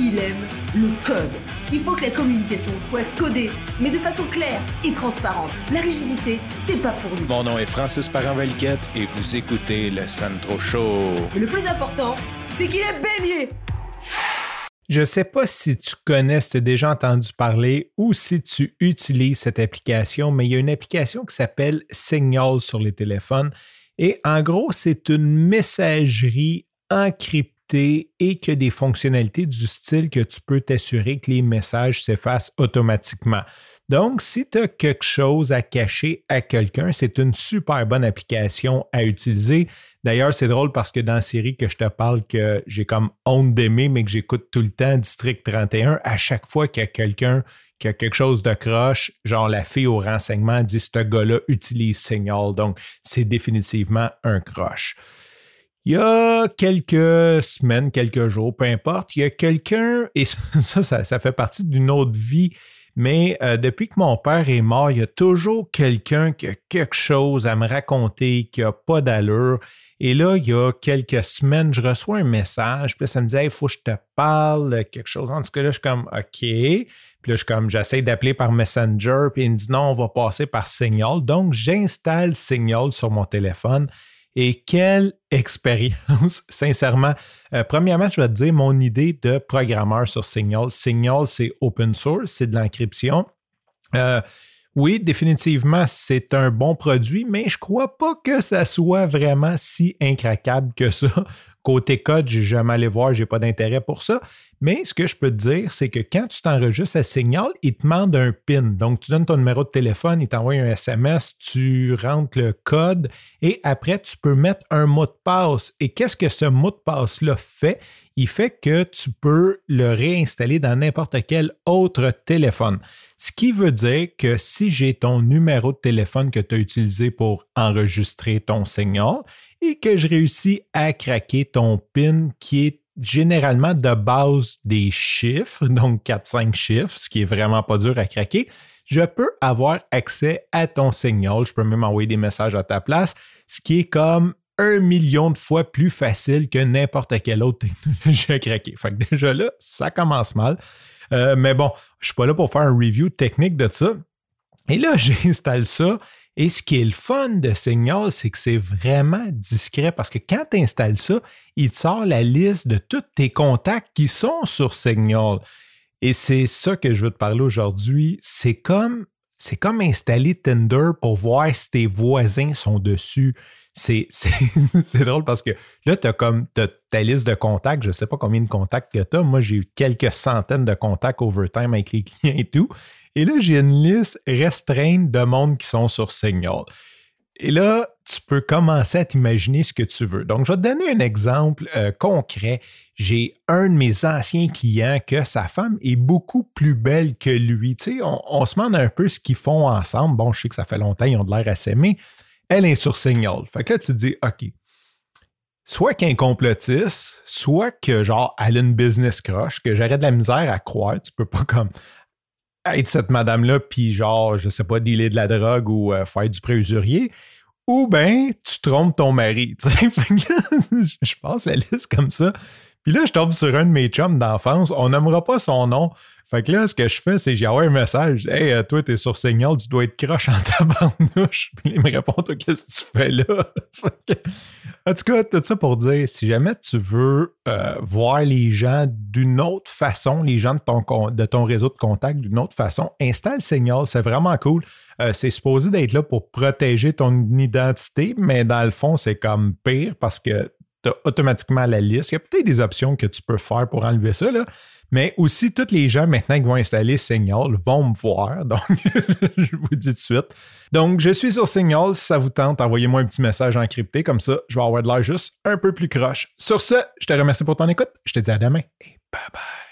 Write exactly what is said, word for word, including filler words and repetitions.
il aime le code. Il faut que la communication soit codée, mais de façon claire et transparente. La rigidité, c'est pas pour nous. Mon nom est Francis Parent-Valquette et vous écoutez le Sandro Show. Mais le plus important, c'est qu'il est bélier. Je ne sais pas si tu connais, si tu as déjà entendu parler ou si tu utilises cette application, mais il y a une application qui s'appelle Signal sur les téléphones. Et en gros, c'est une messagerie encryptée et qui a des fonctionnalités du style que tu peux t'assurer que les messages s'effacent automatiquement. Donc, si tu as quelque chose à cacher à quelqu'un, c'est une super bonne application à utiliser. D'ailleurs, c'est drôle parce que dans la série que je te parle, que j'ai comme honte d'aimer, mais que j'écoute tout le temps, District trente et un, à chaque fois qu'il y a quelqu'un qui a quelque chose de croche, genre la fille au renseignement dit « ce gars-là utilise Signal », donc c'est définitivement un croche. Il y a quelques semaines, quelques jours, peu importe, il y a quelqu'un, et ça, ça, ça fait partie d'une autre vie, mais euh, depuis que mon père est mort, il y a toujours quelqu'un qui a quelque chose à me raconter, qui n'a pas d'allure. Et là, il y a quelques semaines, je reçois un message, puis ça me dit « Hey, il faut que je te parle, quelque chose. » En tout cas, là, je suis comme « OK ». Puis là, je suis comme, j'essaie d'appeler par Messenger, puis il me dit « Non, on va passer par Signal ». Donc, j'installe Signal sur mon téléphone. Et quelle expérience, sincèrement. Euh, premièrement, je vais te dire mon idée de programmeur sur Signal. Signal, c'est open source, c'est de l'encryption. Euh, oui, définitivement, c'est un bon produit, mais je ne crois pas que ça soit vraiment si incraquable que ça. Côté code, je n'ai jamais allé voir, je n'ai pas d'intérêt pour ça. Mais ce que je peux te dire, c'est que quand tu t'enregistres à Signal, il te demande un PIN. Donc, tu donnes ton numéro de téléphone, il t'envoie un S M S, tu rentres le code et après, tu peux mettre un mot de passe. Et qu'est-ce que ce mot de passe-là fait? Il fait que tu peux le réinstaller dans n'importe quel autre téléphone. Ce qui veut dire que si j'ai ton numéro de téléphone que tu as utilisé pour enregistrer ton Signal et que je réussis à craquer ton PIN qui est généralement de base des chiffres, donc quatre cinq chiffres, ce qui est vraiment pas dur à craquer, je peux avoir accès à ton Signal. Je peux même envoyer des messages à ta place, ce qui est comme un million de fois plus facile que n'importe quelle autre technologie à craquer. Fait que déjà là, ça commence mal. Euh, mais bon, je ne suis pas là pour faire un review technique de ça. Et là, j'installe ça. Et ce qui est le fun de Signal, c'est que c'est vraiment discret parce que quand tu installes ça, il te sort la liste de tous tes contacts qui sont sur Signal. Et c'est ça que je veux te parler aujourd'hui. C'est comme, c'est comme installer Tinder pour voir si tes voisins sont dessus. C'est, c'est, c'est drôle parce que là, tu as comme t'as ta liste de contacts. Je ne sais pas combien de contacts que tu as. Moi, j'ai eu quelques centaines de contacts overtime avec les clients et tout. Et là, j'ai une liste restreinte de monde qui sont sur Signal. Et là, tu peux commencer à t'imaginer ce que tu veux. Donc, je vais te donner un exemple euh, concret. J'ai un de mes anciens clients que sa femme est beaucoup plus belle que lui. Tu sais, on, on se demande un peu ce qu'ils font ensemble. Bon, je sais que ça fait longtemps, ils ont de l'air à s'aimer. Elle est sur Signal. Fait que là, tu te dis, OK, soit qu'elle est complotiste, soit que, genre, elle a une business croche, que j'aurais de la misère à croire. Tu peux pas comme être cette madame-là, puis genre, je sais pas, dealer de la drogue ou euh, faire du prêt usurier, ou bien tu trompes ton mari. Tu sais, je passe la liste comme ça. Puis là, je tombe sur un de mes chums d'enfance. On nommera pas son nom. Fait que là, ce que je fais, c'est que j'ai envoyé un message. « Hey, toi, t'es sur Signal, tu dois être croche en tabarnouche. » Puis il me répond « Toi, qu'est-ce que tu fais là? » En tout cas, tout ça pour dire, si jamais tu veux euh, voir les gens d'une autre façon, les gens de ton, de ton réseau de contacts d'une autre façon, installe Signal. C'est vraiment cool. Euh, c'est supposé d'être là pour protéger ton identité, mais dans le fond, c'est comme pire parce que tu as automatiquement la liste. Il y a peut-être des options que tu peux faire pour enlever ça, là. Mais aussi, tous les gens maintenant qui vont installer Signal vont me voir. Donc, je vous dis tout de suite. Donc, je suis sur Signal. Si ça vous tente, envoyez-moi un petit message encrypté. Comme ça, je vais avoir de l'air juste un peu plus croche. Sur ce, je te remercie pour ton écoute. Je te dis à demain et bye bye.